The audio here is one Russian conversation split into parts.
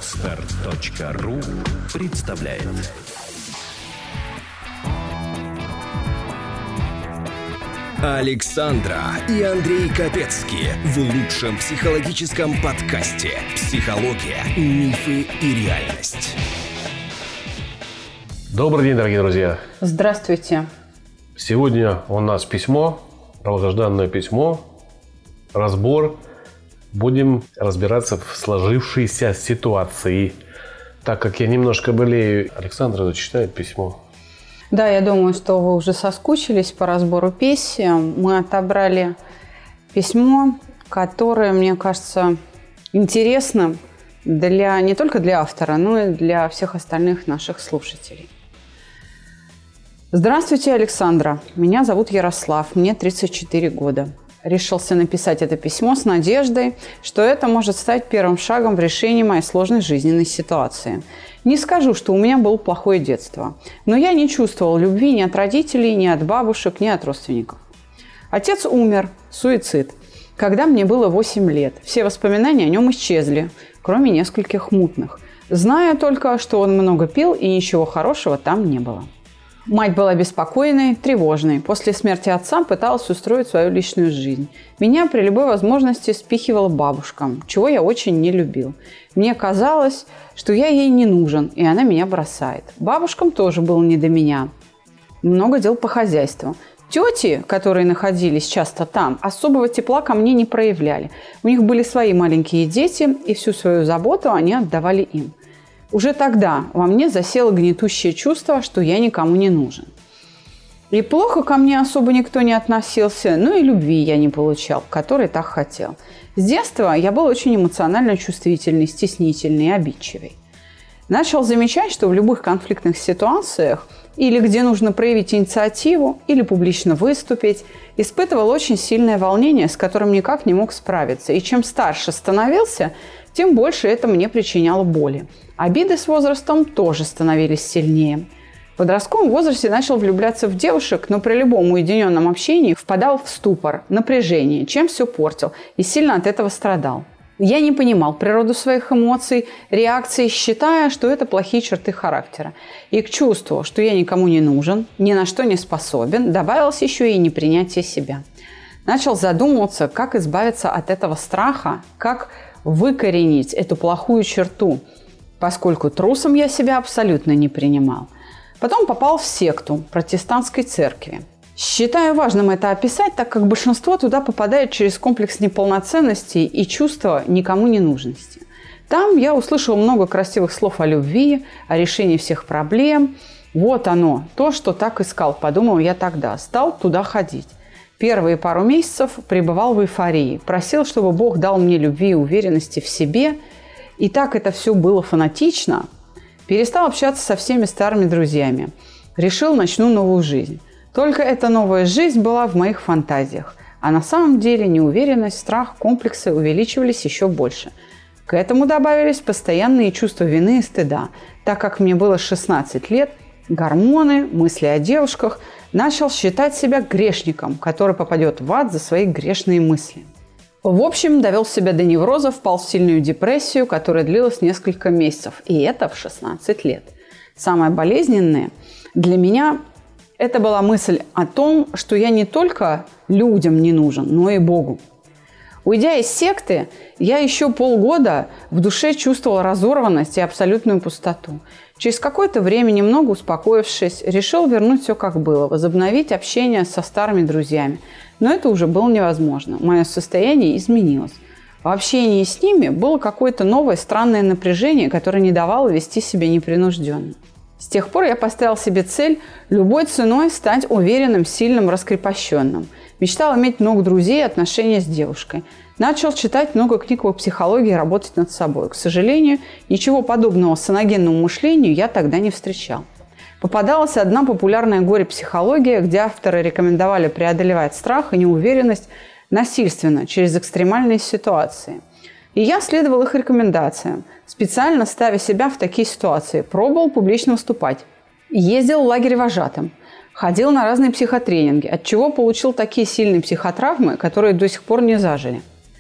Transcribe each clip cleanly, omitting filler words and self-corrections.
Podster.ru представляет. Александра и Андрей Капецки в лучшем психологическом подкасте «Психология, мифы и реальность». Добрый день, дорогие друзья. Здравствуйте. Сегодня у нас письмо, долгожданное письмо, разбор. Будем разбираться в сложившейся ситуации. Так как я немножко болею, Александра зачитает письмо. Да, я думаю, что вы уже соскучились по разбору писем. Мы отобрали письмо, которое, мне кажется, интересно не только для автора, но и для всех остальных наших слушателей. Здравствуйте, Александра. Меня зовут Ярослав, мне 34 года. Решился написать это письмо с надеждой, что это может стать первым шагом в решении моей сложной жизненной ситуации. Не скажу, что у меня было плохое детство, но я не чувствовал любви ни от родителей, ни от бабушек, ни от родственников. Отец умер, суицид, когда мне было 8 лет. Все воспоминания о нем исчезли, кроме нескольких мутных. Знаю только, что он много пил и ничего хорошего там не было. Мать была беспокойной, тревожной. После смерти отца пыталась устроить свою личную жизнь. Меня при любой возможности спихивала бабушкам, чего я очень не любил. Мне казалось, что я ей не нужен, и она меня бросает. Бабушкам тоже было не до меня. Много дел по хозяйству. Тети, которые находились часто там, особого тепла ко мне не проявляли. У них были свои маленькие дети, и всю свою заботу они отдавали им. Уже тогда во мне засело гнетущее чувство, что я никому не нужен. И плохо ко мне особо никто не относился, но и любви я не получал, которой так хотел. С детства я был очень эмоционально чувствительный, стеснительный и обидчивый. Начал замечать, что в любых конфликтных ситуациях, или где нужно проявить инициативу, или публично выступить, испытывал очень сильное волнение, с которым никак не мог справиться. И чем старше становился, тем больше это мне причиняло боли. Обиды с возрастом тоже становились сильнее. В подростковом возрасте начал влюбляться в девушек, но при любом уединенном общении впадал в ступор, напряжение, чем все портил и сильно от этого страдал. Я не понимал природу своих эмоций, реакций, считая, что это плохие черты характера. И к чувству, что я никому не нужен, ни на что не способен, добавилось еще и непринятие себя. Начал задумываться, как избавиться от этого страха, как выкоренить эту плохую черту, поскольку трусом я себя абсолютно не принимал. Потом попал в секту протестантской церкви. Считаю важным это описать, так как большинство туда попадает через комплекс неполноценности и чувство никому не нужности. Там я услышал много красивых слов о любви, о решении всех проблем. Вот оно, то, что так искал, подумал я тогда. Стал туда ходить. Первые пару месяцев пребывал в эйфории. Просил, чтобы Бог дал мне любви и уверенности в себе. И так это все было фанатично. Перестал общаться со всеми старыми друзьями. Решил, начну новую жизнь. Только эта новая жизнь была в моих фантазиях. А на самом деле неуверенность, страх, комплексы увеличивались еще больше. К этому добавились постоянные чувства вины и стыда. Так как мне было 16 лет, гормоны, мысли о девушках, начал считать себя грешником, который попадет в ад за свои грешные мысли. В общем, довел себя до невроза, впал в сильную депрессию, которая длилась несколько месяцев. И это в 16 лет. Самое болезненное для меня – это была мысль о том, что я не только людям не нужен, но и Богу. Уйдя из секты, я еще полгода в душе чувствовал разорванность и абсолютную пустоту. Через какое-то время, немного успокоившись, решил вернуть все как было, возобновить общение со старыми друзьями. Но это уже было невозможно. Мое состояние изменилось. В общении с ними было какое-то новое странное напряжение, которое не давало вести себя непринужденно. С тех пор я поставил себе цель любой ценой стать уверенным, сильным, раскрепощенным. Мечтал иметь много друзей и отношения с девушкой. Начал читать много книг по психологии и работать над собой. К сожалению, ничего подобного саногенному мышлению я тогда не встречал. Попадалась одна популярная горе-психология, где авторы рекомендовали преодолевать страх и неуверенность насильственно, через экстремальные ситуации. И я следовал их рекомендациям, специально ставя себя в такие ситуации. Пробовал публично выступать. Ездил в лагерь вожатым. Ходил на разные психотренинги, от чего получил такие сильные психотравмы, которые до сих пор не зажили.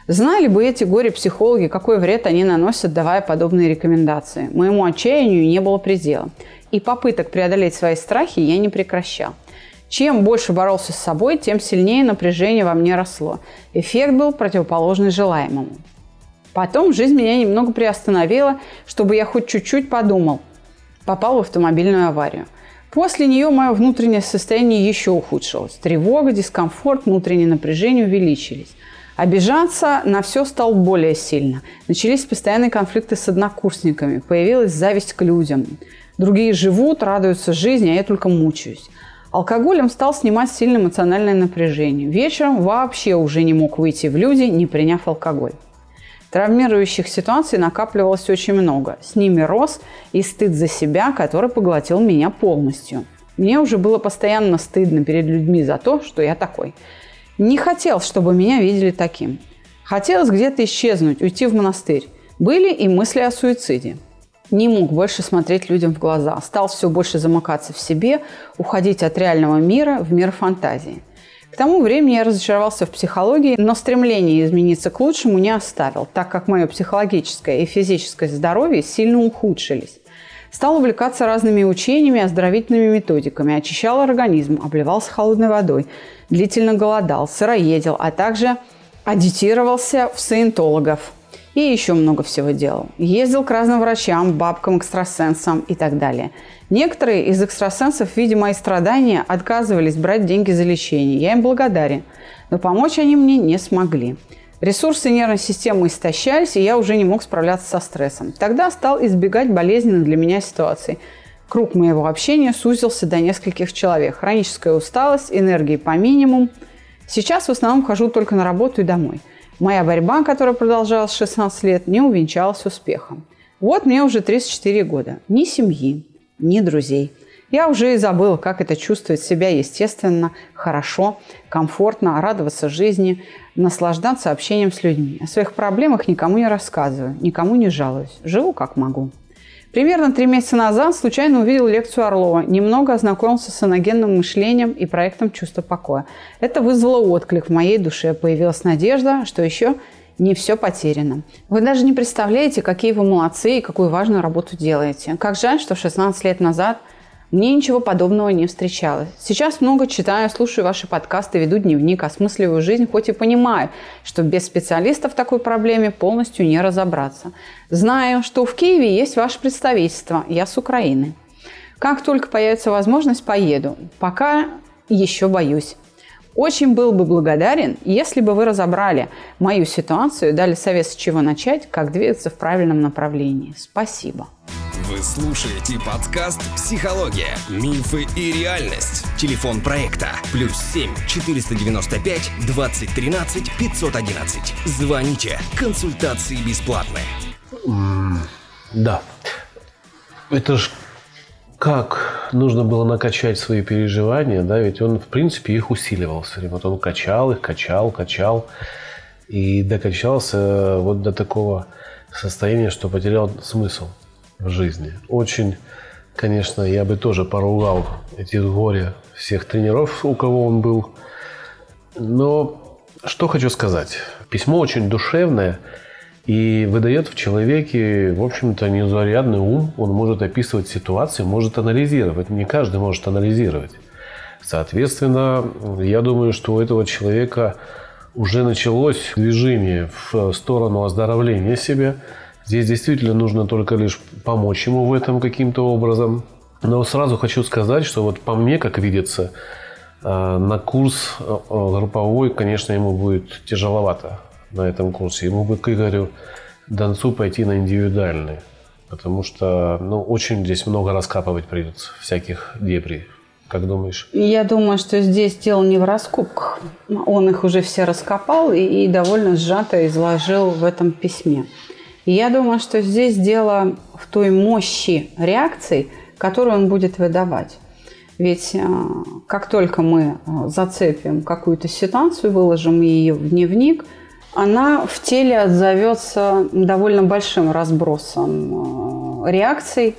Знали бы эти горе-психологи, какой вред они наносят, давая подобные рекомендации. Моему отчаянию не было предела. И попыток преодолеть свои страхи я не прекращал. Чем больше боролся с собой, тем сильнее напряжение во мне росло. Эффект был противоположный желаемому. Потом жизнь меня немного приостановила, чтобы я хоть чуть-чуть подумал. Попал в автомобильную аварию. После нее мое внутреннее состояние еще ухудшилось. Тревога, дискомфорт, внутреннее напряжение увеличились. Обижаться на все стало более сильно. Начались постоянные конфликты с однокурсниками. Появилась зависть к людям. Другие живут, радуются жизни, а я только мучаюсь. Алкоголем стал снимать сильное эмоциональное напряжение. Вечером вообще уже не мог выйти в люди, не приняв алкоголь. Травмирующих ситуаций накапливалось очень много. С ними рос и стыд за себя, который поглотил меня полностью. Мне уже было постоянно стыдно перед людьми за то, что я такой. Не хотел, чтобы меня видели таким. Хотелось где-то исчезнуть, уйти в монастырь. Были и мысли о суициде. Не мог больше смотреть людям в глаза. Стал все больше замыкаться в себе, уходить от реального мира в мир фантазии. К тому времени я разочаровался в психологии, но стремление измениться к лучшему не оставил, так как мое психологическое и физическое здоровье сильно ухудшились. Стал увлекаться разными учениями, оздоровительными методиками, очищал организм, обливался холодной водой, длительно голодал, сыроедил, а также аддитировался в саентологов. И еще много всего делал. Ездил к разным врачам, бабкам, экстрасенсам и так далее. Некоторые из экстрасенсов, видя мои страдания, отказывались брать деньги за лечение. Я им благодарен, но помочь они мне не смогли. Ресурсы нервной системы истощались, и я уже не мог справляться со стрессом. Тогда стал избегать болезненных для меня ситуаций. Круг моего общения сузился до нескольких человек. Хроническая усталость, энергии по минимуму. Сейчас в основном хожу только на работу и домой. Моя борьба, которая продолжалась 16 лет, не увенчалась успехом. Вот мне уже 34 года. Ни семьи, ни друзей. Я уже и забыла, как это чувствовать себя естественно, хорошо, комфортно, радоваться жизни, наслаждаться общением с людьми. О своих проблемах никому не рассказываю, никому не жалуюсь. Живу как могу. Примерно 3 месяца назад случайно увидел лекцию Орлова, немного ознакомился с аногенным мышлением и проектом «Чувство покоя». Это вызвало отклик в моей душе, появилась надежда, что еще не все потеряно. Вы даже не представляете, какие вы молодцы и какую важную работу делаете. Как жаль, что 16 лет назад мне ничего подобного не встречалось. Сейчас много читаю, слушаю ваши подкасты, веду дневник, осмысливаю жизнь, хоть и понимаю, что без специалистов в такой проблеме полностью не разобраться. Знаю, что в Киеве есть ваше представительство, я с Украины. Как только появится возможность, поеду. Пока еще боюсь. Очень был бы благодарен, если бы вы разобрали мою ситуацию, дали совет, с чего начать, как двигаться в правильном направлении. Спасибо. Вы слушаете подкаст «Психология. Мифы и реальность». Телефон проекта +7 495 2013 511. Звоните. Консультации бесплатные. Да. Это ж как нужно было накачать свои переживания, да, ведь он, в принципе, их усиливал все время. Вот он качал их, качал, и докачался вот до такого состояния, что потерял смысл в жизни. Очень, конечно, я бы тоже поругал эти горе всех тренеров, у кого он был. Но что хочу сказать. Письмо очень душевное и выдает в человеке, в общем-то, незаурядный ум. Он может описывать ситуации, может анализировать. Не каждый может анализировать. Соответственно, я думаю, что у этого человека уже началось движение в сторону оздоровления себя. Здесь действительно нужно только лишь помочь ему в этом каким-то образом. Но сразу хочу сказать, что вот по мне, как видится, на курс групповой, конечно, ему будет тяжеловато на этом курсе. Ему бы к Игорю Донцу пойти на индивидуальный. Потому что очень здесь много раскапывать придется всяких дебрей. Как думаешь? Я думаю, что здесь дело не в раскопках. Он их уже все раскопал и довольно сжато изложил в этом письме. И я думаю, что здесь дело в той мощи реакций, которую он будет выдавать. Ведь как только мы зацепим какую-то ситуацию, выложим ее в дневник, она в теле отзовется довольно большим разбросом реакций.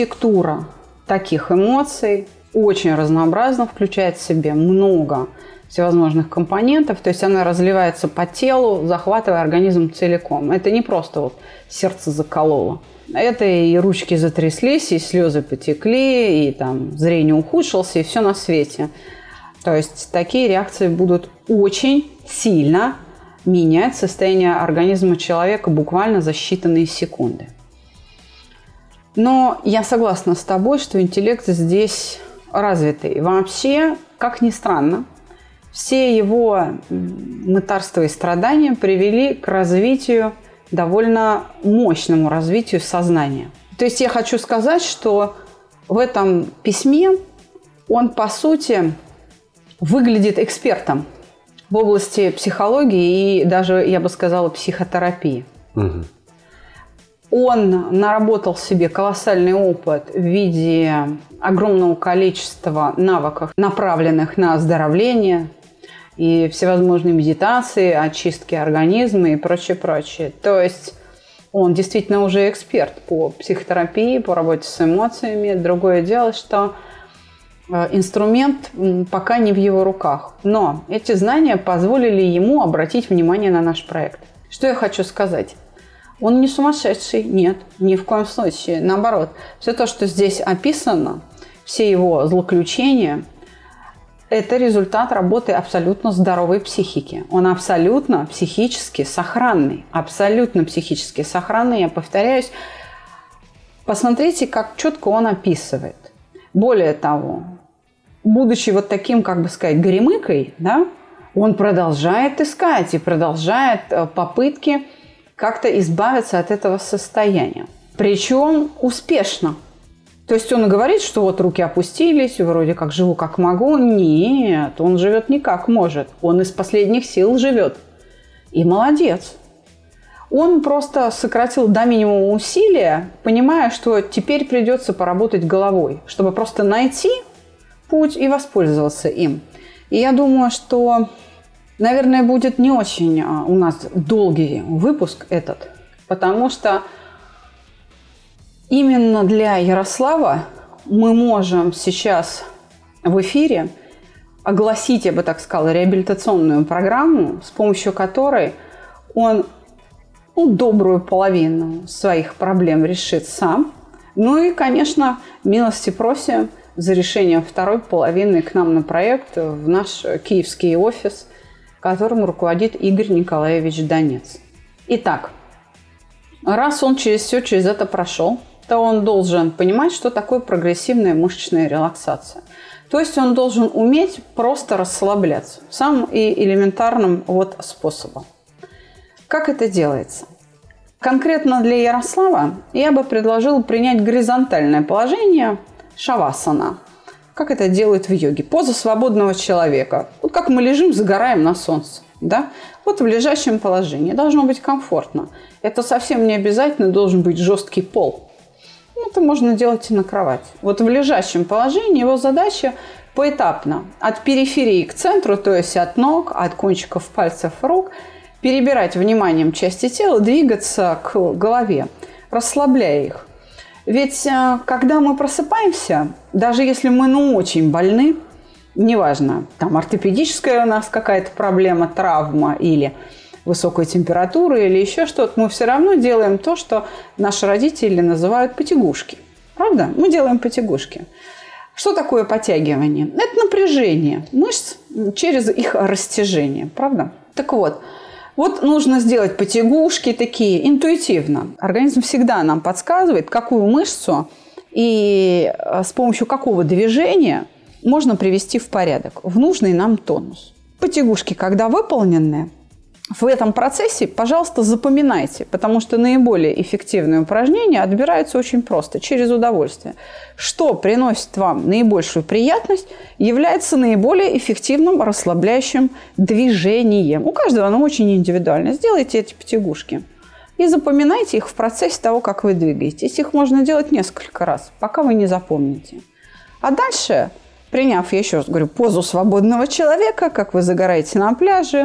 Архитектура таких эмоций очень разнообразна, включает в себя много всевозможных компонентов, то есть она разливается по телу, захватывая организм целиком. Это не просто вот сердце закололо. Это и ручки затряслись, и слезы потекли, и там зрение ухудшилось, и все на свете. То есть такие реакции будут очень сильно менять состояние организма человека буквально за считанные секунды. Но я согласна с тобой, что интеллект здесь развитый. Вообще, как ни странно, все его мытарства и страдания привели к развитию, довольно мощному развитию сознания. То есть я хочу сказать, что в этом письме он, по сути, выглядит экспертом в области психологии и даже, я бы сказала, психотерапии. Угу. Он наработал себе колоссальный опыт в виде огромного количества навыков, направленных на оздоровление и всевозможные медитации, очистки организма и прочее. То есть он действительно уже эксперт по психотерапии, по работе с эмоциями. Другое дело, что инструмент пока не в его руках. Но эти знания позволили ему обратить внимание на наш проект. Что я хочу сказать? Он не сумасшедший, нет, ни в коем случае. Наоборот, все то, что здесь описано, все его злоключения, это результат работы абсолютно здоровой психики. Он абсолютно психически сохранный. Абсолютно психически сохранный, я повторяюсь. Посмотрите, как четко он описывает. Более того, будучи вот таким, как бы сказать, горемыкой, да, он продолжает искать и продолжает попытки как-то избавиться от этого состояния. Причем успешно. То есть он говорит, что вот руки опустились, вроде как живу как могу. Нет, он живет не как может. Он из последних сил живет. И молодец. Он просто сократил до минимума усилия, понимая, что теперь придется поработать головой, чтобы просто найти путь и воспользоваться им. И я думаю, что, наверное, будет не очень у нас долгий выпуск этот, потому что именно для Ярослава мы можем сейчас в эфире огласить, я бы так сказала, реабилитационную программу, с помощью которой он добрую половину своих проблем решит сам. Ну и, конечно, милости просим за решением второй половины к нам на проект в наш киевский офис, которым руководит Игорь Николаевич Донец. Итак, раз он через это прошел, то он должен понимать, что такое прогрессивная мышечная релаксация. То есть он должен уметь просто расслабляться самым элементарным способом. Как это делается? Конкретно для Ярослава я бы предложила принять горизонтальное положение шавасана. Как это делают в йоге? Поза свободного человека. Вот как мы лежим, загораем на солнце. Да? Вот в лежащем положении. Должно быть комфортно. Это совсем не обязательно должен быть жесткий пол. Это можно делать и на кровати. Вот в лежащем положении его задача поэтапно от периферии к центру, то есть от ног, от кончиков пальцев рук, перебирать вниманием части тела, двигаться к голове, расслабляя их. Ведь когда мы просыпаемся, даже если мы очень больны, неважно, там ортопедическая у нас какая-то проблема, травма или высокая температура или еще что-то, мы все равно делаем то, что наши родители называют потягушки. Правда? Мы делаем потягушки. Что такое подтягивание? Это напряжение мышц через их растяжение. Правда? Так вот нужно сделать потягушки такие интуитивно. Организм всегда нам подсказывает, какую мышцу и с помощью какого движения можно привести в порядок, в нужный нам тонус. Потягушки, когда выполнены, в этом процессе, пожалуйста, запоминайте, потому что наиболее эффективные упражнения отбираются очень просто, через удовольствие. Что приносит вам наибольшую приятность, является наиболее эффективным расслабляющим движением. У каждого оно очень индивидуально. Сделайте эти потягушки и запоминайте их в процессе того, как вы двигаетесь. Их можно делать несколько раз, пока вы не запомните. А дальше, приняв, я еще раз говорю, позу свободного человека, как вы загораете на пляже,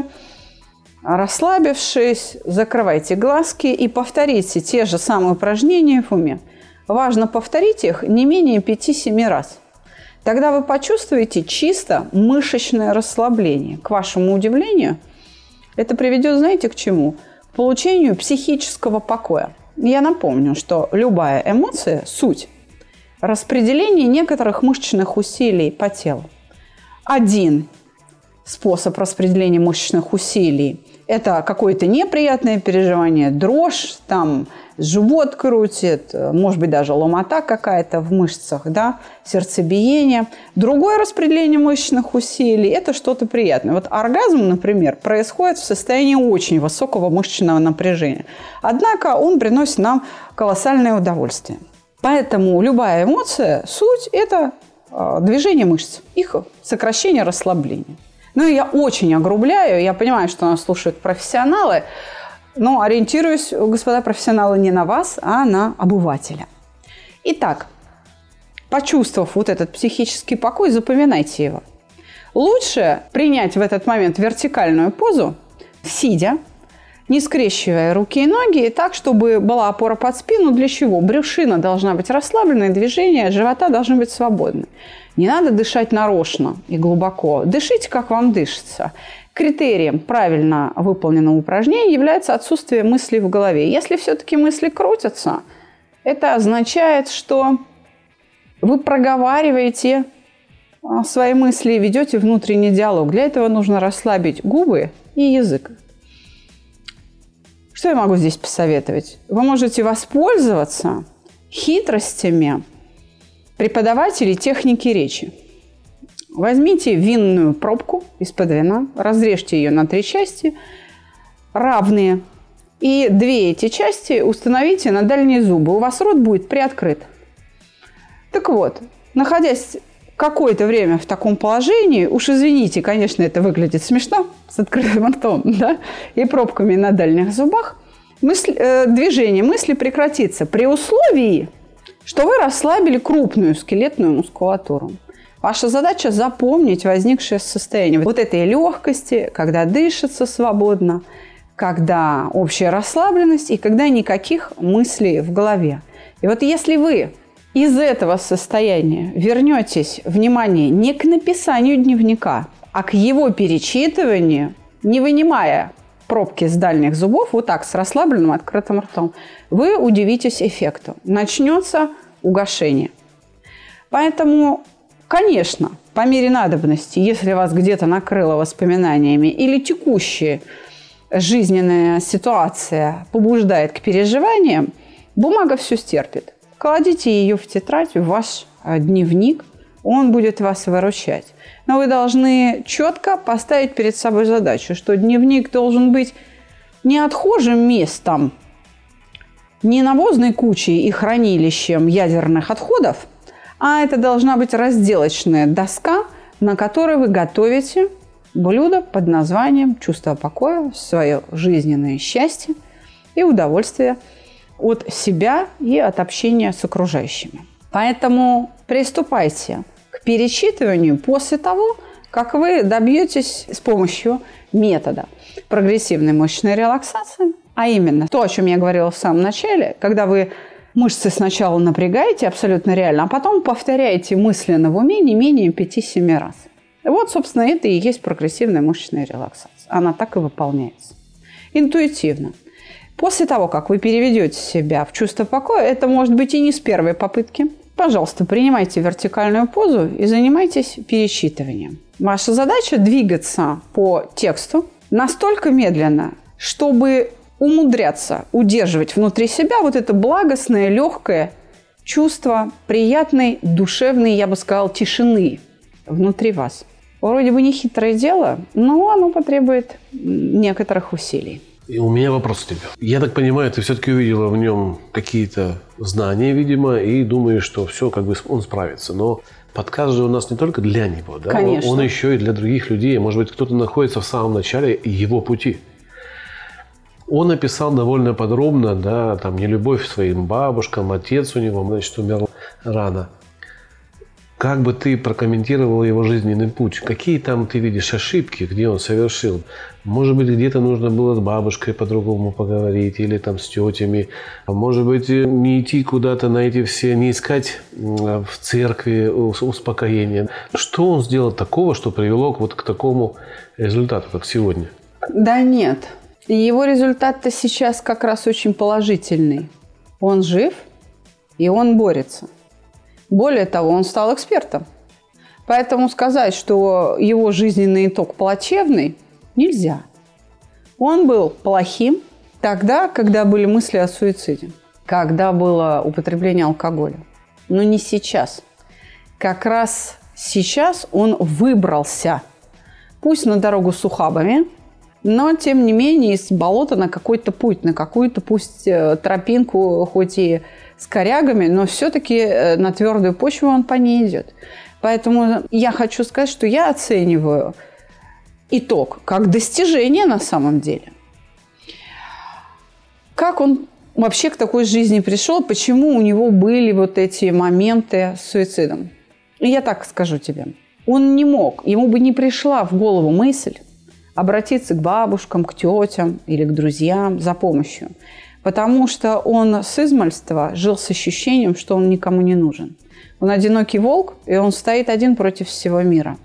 расслабившись, закрывайте глазки и повторите те же самые упражнения в уме. Важно повторить их не менее 5-7 раз. тогда вы почувствуете чисто мышечное расслабление. К вашему удивлению, это приведет, знаете, к чему? К получению психического покоя. Я напомню, что любая эмоция – суть распределения некоторых мышечных усилий по телу. Один способ распределения мышечных усилий – это какое-то неприятное переживание, дрожь, там живот крутит, может быть, даже ломота какая-то в мышцах, да, сердцебиение. Другое распределение мышечных усилий – это что-то приятное. Вот оргазм, например, происходит в состоянии очень высокого мышечного напряжения. Однако он приносит нам колоссальное удовольствие. Поэтому любая эмоция, суть – это движение мышц, их сокращение, расслабление. Ну, я очень огрубляю, я понимаю, что нас слушают профессионалы, но ориентируюсь, господа профессионалы, не на вас, а на обывателя. Итак, почувствовав вот этот психический покой, запоминайте его. Лучше принять в этот момент вертикальную позу, сидя, не скрещивая руки и ноги, и так, чтобы была опора под спину. Для чего? Брюшина должна быть расслабленной, движения живота должны быть свободны. Не надо дышать нарочно и глубоко. Дышите, как вам дышится. Критерием правильно выполненного упражнения является отсутствие мыслей в голове. Если все-таки мысли крутятся, это означает, что вы проговариваете свои мысли и ведете внутренний диалог. Для этого нужно расслабить губы и язык. Что я могу здесь посоветовать? Вы можете воспользоваться хитростями преподавателей техники речи. Возьмите винную пробку из-под вина, разрежьте ее на 3 части, равные, и 2 эти части установите на дальние зубы. У вас рот будет приоткрыт. Так вот, находясь какое-то время в таком положении, уж извините, конечно, это выглядит смешно, с открытым ртом, да, и пробками на дальних зубах, движение мысли прекратится при условии, что вы расслабили крупную скелетную мускулатуру. Ваша задача – запомнить возникшее состояние вот этой легкости, когда дышится свободно, когда общая расслабленность и когда никаких мыслей в голове. И вот если вы из этого состояния вернетесь, внимание, не к написанию дневника, а к его перечитыванию, не вынимая пробки с дальних зубов, вот так, с расслабленным открытым ртом, вы удивитесь эффекту. Начнется угошение. Поэтому, конечно, по мере надобности, если вас где-то накрыло воспоминаниями или текущая жизненная ситуация побуждает к переживаниям, бумага все стерпит. Кладите ее в тетрадь, в ваш дневник, он будет вас выручать. Но вы должны четко поставить перед собой задачу, что дневник должен быть не отхожим местом, не навозной кучей и хранилищем ядерных отходов, а это должна быть разделочная доска, на которой вы готовите блюдо под названием «Чувство покоя», свое жизненное счастье и удовольствие от себя и от общения с окружающими. Поэтому приступайте к перечитыванию после того, как вы добьетесь с помощью метода прогрессивной мышечной релаксации, а именно то, о чем я говорила в самом начале, когда вы мышцы сначала напрягаете абсолютно реально, а потом повторяете мысленно в уме не менее 5-7 раз. Вот, собственно, это и есть прогрессивная мышечная релаксация. Она так и выполняется. Интуитивно. После того, как вы переведете себя в чувство покоя, это может быть и не с первой попытки. Пожалуйста, принимайте вертикальную позу и занимайтесь перечитыванием. Ваша задача – двигаться по тексту настолько медленно, чтобы умудряться удерживать внутри себя вот это благостное, легкое чувство приятной, душевной, я бы сказала, тишины внутри вас. Вроде бы не хитрое дело, но оно потребует некоторых усилий. И у меня вопрос к тебе. Я так понимаю, ты все-таки увидела в нем какие-то знания, видимо, и думаешь, что все, как бы он справится. Но подкаст же у нас не только для него, да? Конечно. Он еще и для других людей. Может быть, кто-то находится в самом начале его пути. Он описал довольно подробно, да, там, нелюбовь к своим бабушкам, отец у него, значит, умер рано. Как бы ты прокомментировал его жизненный путь? Какие там ты видишь ошибки, где он совершил? Может быть, где-то нужно было с бабушкой по-другому поговорить или там с тетями. Может быть, не идти куда-то на эти все, не искать в церкви успокоения. Что он сделал такого, что привело вот к такому результату, как сегодня? Да нет. Его результат-то сейчас как раз очень положительный. Он жив, и он борется. Более того, он стал экспертом. Поэтому сказать, что его жизненный итог плачевный, нельзя. Он был плохим тогда, когда были мысли о суициде, когда было употребление алкоголя. Но не сейчас. Как раз сейчас он выбрался. Пусть на дорогу с ухабами, но, тем не менее, из болота на какой-то путь, на какую-то пусть тропинку, хоть и с корягами, но все-таки на твердую почву он по ней идет. Поэтому я хочу сказать, что я оцениваю итог как достижение на самом деле. Как он вообще к такой жизни пришел, почему у него были вот эти моменты с суицидом? И я так скажу тебе. Он не мог, ему бы не пришла в голову мысль обратиться к бабушкам, к тетям или к друзьям за помощью. Потому что он с измальства жил с ощущением, что он никому не нужен. Он одинокий волк, и он стоит один против всего мира.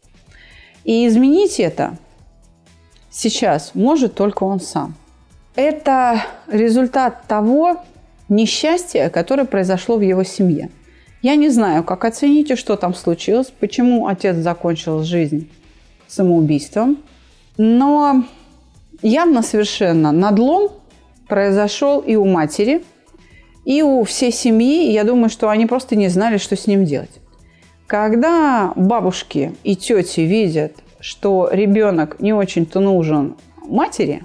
И изменить это сейчас может только он сам. Это результат того несчастья, которое произошло в его семье. Я не знаю, как оцените, что там случилось, почему отец закончил жизнь самоубийством. Но явно совершенно надлом произошел и у матери, и у всей семьи. Я думаю, что они просто не знали, что с ним делать. Когда бабушки и тети видят, что ребенок не очень-то нужен матери,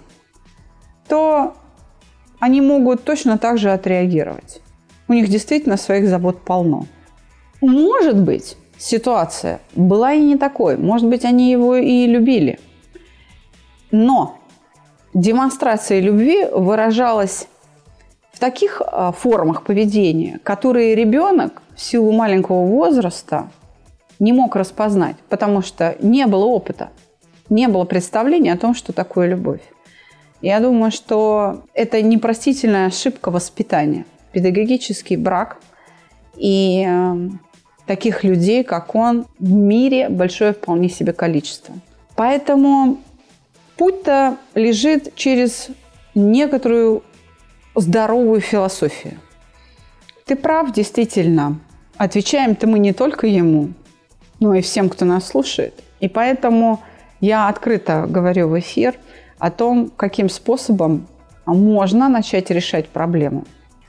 то они могут точно так же отреагировать. У них действительно своих забот полно. Может быть, ситуация была и не такой. Может быть, они его и любили. Но демонстрация любви выражалась в таких формах поведения, которые ребенок в силу маленького возраста не мог распознать, потому что не было опыта, не было представления о том, что такое любовь. Я думаю, что это непростительная ошибка воспитания, педагогический брак. И таких людей, как он, в мире большое вполне себе количество. Поэтому путь-то лежит через некоторую здоровую философию. Ты прав, действительно. Отвечаем-то мы не только ему, но и всем, кто нас слушает. И поэтому я открыто говорю в эфир о том, каким способом можно начать решать проблему.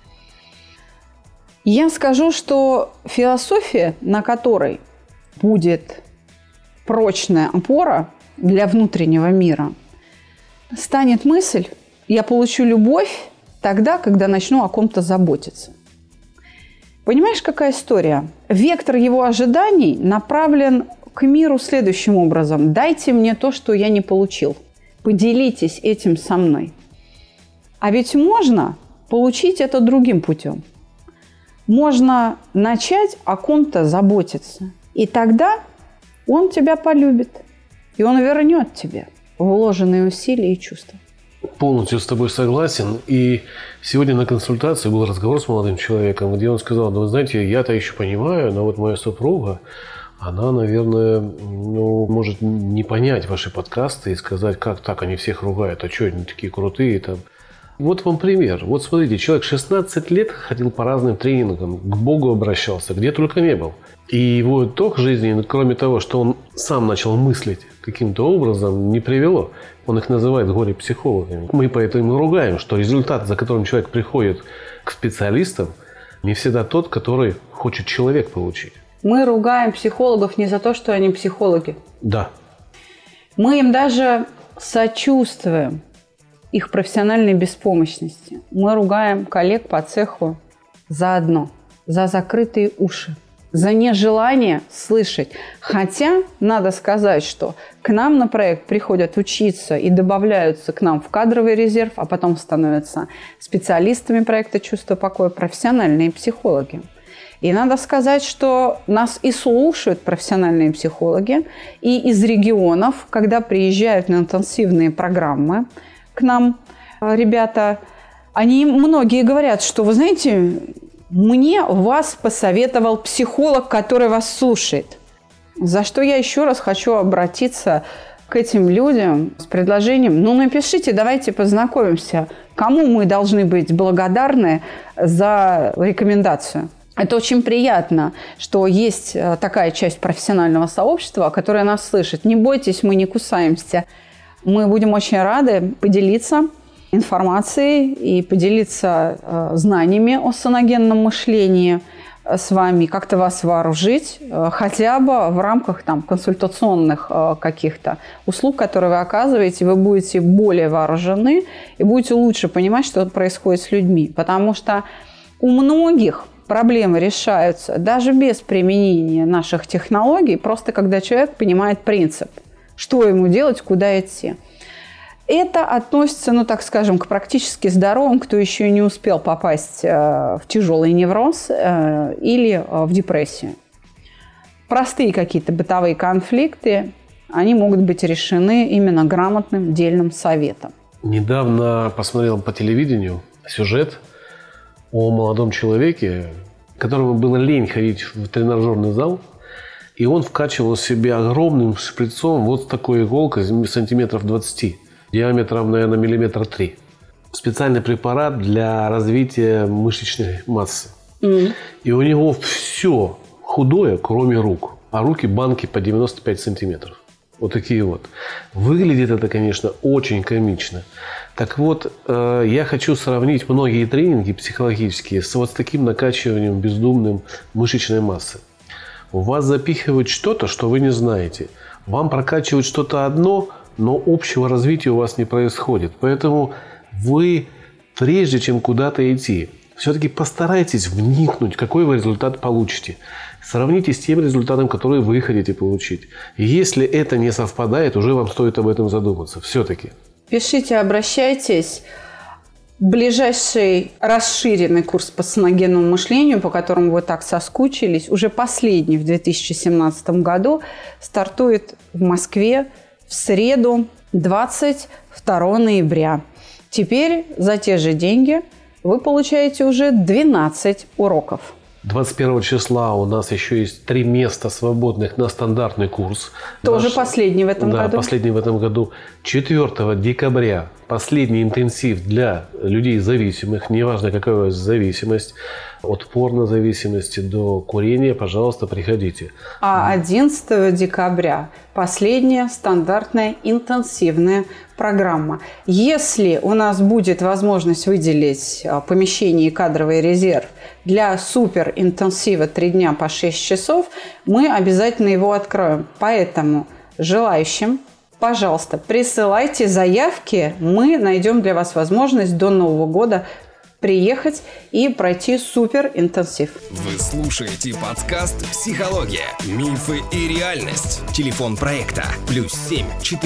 Я скажу, что философия, на которой будет прочная опора для внутреннего мира, станет мысль: я получу любовь тогда, когда начну о ком-то заботиться. Понимаешь, какая история? Вектор его ожиданий направлен к миру следующим образом: дайте мне то, что я не получил. Поделитесь этим со мной. А ведь можно получить это другим путем. Можно начать о ком-то заботиться. И тогда он тебя полюбит. И он вернет тебе вложенные усилия и чувства. Полностью с тобой согласен. И сегодня на консультации был разговор с молодым человеком, где он сказал: да вы знаете, я-то еще понимаю, но вот моя супруга, она, наверное, может не понять ваши подкасты и сказать, как так, они всех ругают, а что они такие крутые там. Вот вам пример. Вот смотрите, человек 16 лет ходил по разным тренингам, к Богу обращался, где только не был. И его итог жизни, кроме того, что он сам начал мыслить каким-то образом, не привело. Он их называет горе-психологами. Мы поэтому ругаем, что результат, за которым человек приходит к специалистам, не всегда тот, который хочет человек получить. Мы ругаем психологов не за то, что они психологи. Да. Мы им даже сочувствуем их профессиональной беспомощности. Мы ругаем коллег по цеху за одно – за закрытые уши, за нежелание слышать. Хотя надо сказать, что к нам на проект приходят учиться и добавляются к нам в кадровый резерв, а потом становятся специалистами проекта «Чувство покоя» профессиональные психологи. И надо сказать, что нас и слушают профессиональные психологи, и из регионов, когда приезжают на интенсивные программы к нам ребята, они многие говорят, что, вы знаете, мне вас посоветовал психолог, который вас слушает. За что я еще раз хочу обратиться к этим людям с предложением: напишите, давайте познакомимся, кому мы должны быть благодарны за рекомендацию. Это очень приятно, что есть такая часть профессионального сообщества, которая нас слышит. Не бойтесь, мы не кусаемся. Мы будем очень рады поделиться информацией и поделиться знаниями о саногенном мышлении с вами, как-то вас вооружить, хотя бы в рамках консультационных каких-то услуг, которые вы оказываете, вы будете более вооружены и будете лучше понимать, что происходит с людьми. Потому что у многих проблемы решаются даже без применения наших технологий, просто когда человек понимает принцип, что ему делать, куда идти. Это относится, так скажем, к практически здоровым, кто еще не успел попасть в тяжелый невроз или в депрессию. Простые какие-то бытовые конфликты, они могут быть решены именно грамотным, дельным советом. Недавно посмотрел по телевидению сюжет о молодом человеке, которому было лень ходить в тренажерный зал, и он вкачивал в себя огромным шприцом вот с такой иголкой сантиметров 20. Диаметром, наверное, миллиметра 3. Специальный препарат для развития мышечной массы. И у него все худое, кроме рук. А руки банки по 95 сантиметров. Вот такие вот. Выглядит это, конечно, очень комично. Так вот, я хочу сравнить многие тренинги психологические с вот таким накачиванием бездумным мышечной массы. У вас запихивают что-то, что вы не знаете. Вам прокачивают что-то одно, но общего развития у вас не происходит. Поэтому вы, прежде чем куда-то идти, все-таки постарайтесь вникнуть, какой вы результат получите. Сравните с тем результатом, который вы хотите получить. И если это не совпадает, уже вам стоит об этом задуматься. Все-таки. Пишите, обращайтесь. Ближайший расширенный курс по саногенному мышлению, по которому вы так соскучились, уже последний в 2017 году, стартует в Москве в среду, 22 ноября. Теперь за те же деньги вы получаете уже 12 уроков. 21 числа у нас еще есть 3 места свободных на стандартный курс. Тоже последний в этом году. Да, последний в этом году. 4 декабря последний интенсив для людей зависимых. Неважно, какая у вас зависимость. От порнозависимости до курения, пожалуйста, приходите. А 11 декабря последняя стандартная интенсивная программа. Если у нас будет возможность выделить помещение и кадровый резерв для суперинтенсива 3 дня по 6 часов, мы обязательно его откроем. Поэтому желающим, пожалуйста, присылайте заявки. Мы найдем для вас возможность до Нового года приехать и пройти суперинтенсив. Вы слушаете подкаст «Психология. Мифы и реальность». Телефон проекта +7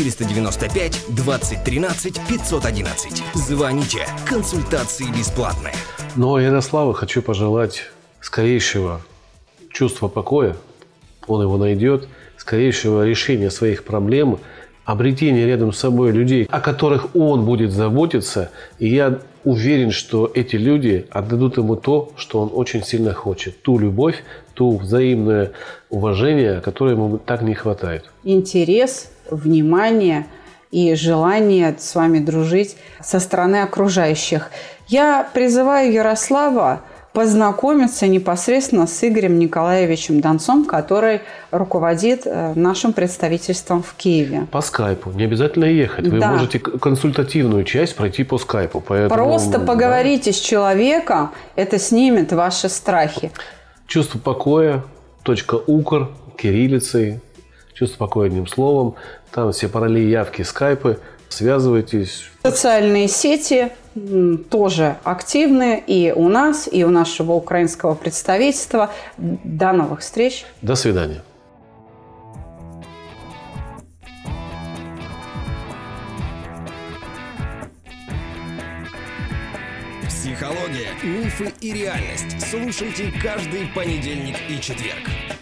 495 2013 511. Звоните. Консультации бесплатные. Но Ярославу хочу пожелать скорейшего чувства покоя. Он его найдет. Скорейшего решения своих проблем. Обретение рядом с собой людей, о которых он будет заботиться. И я уверен, что эти люди отдадут ему то, что он очень сильно хочет. Ту любовь, ту взаимное уважение, которое ему так не хватает. Интерес, внимание и желание с вами дружить со стороны окружающих. Я призываю Ярослава познакомиться непосредственно с Игорем Николаевичем Донцом, который руководит нашим представительством в Киеве. По скайпу. Не обязательно ехать. Вы можете консультативную часть пройти по скайпу. Поэтому, просто поговорите с человеком, это снимет ваши страхи. Чувство покоя, .укр, кириллицей. Чувство покоя одним словом. Там все пароли, явки, скайпы. Связывайтесь. Социальные сети тоже активны и у нас, и у нашего украинского представительства. До новых встреч. До свидания. Психология, «Мифы и реальность» слушайте каждый понедельник и четверг.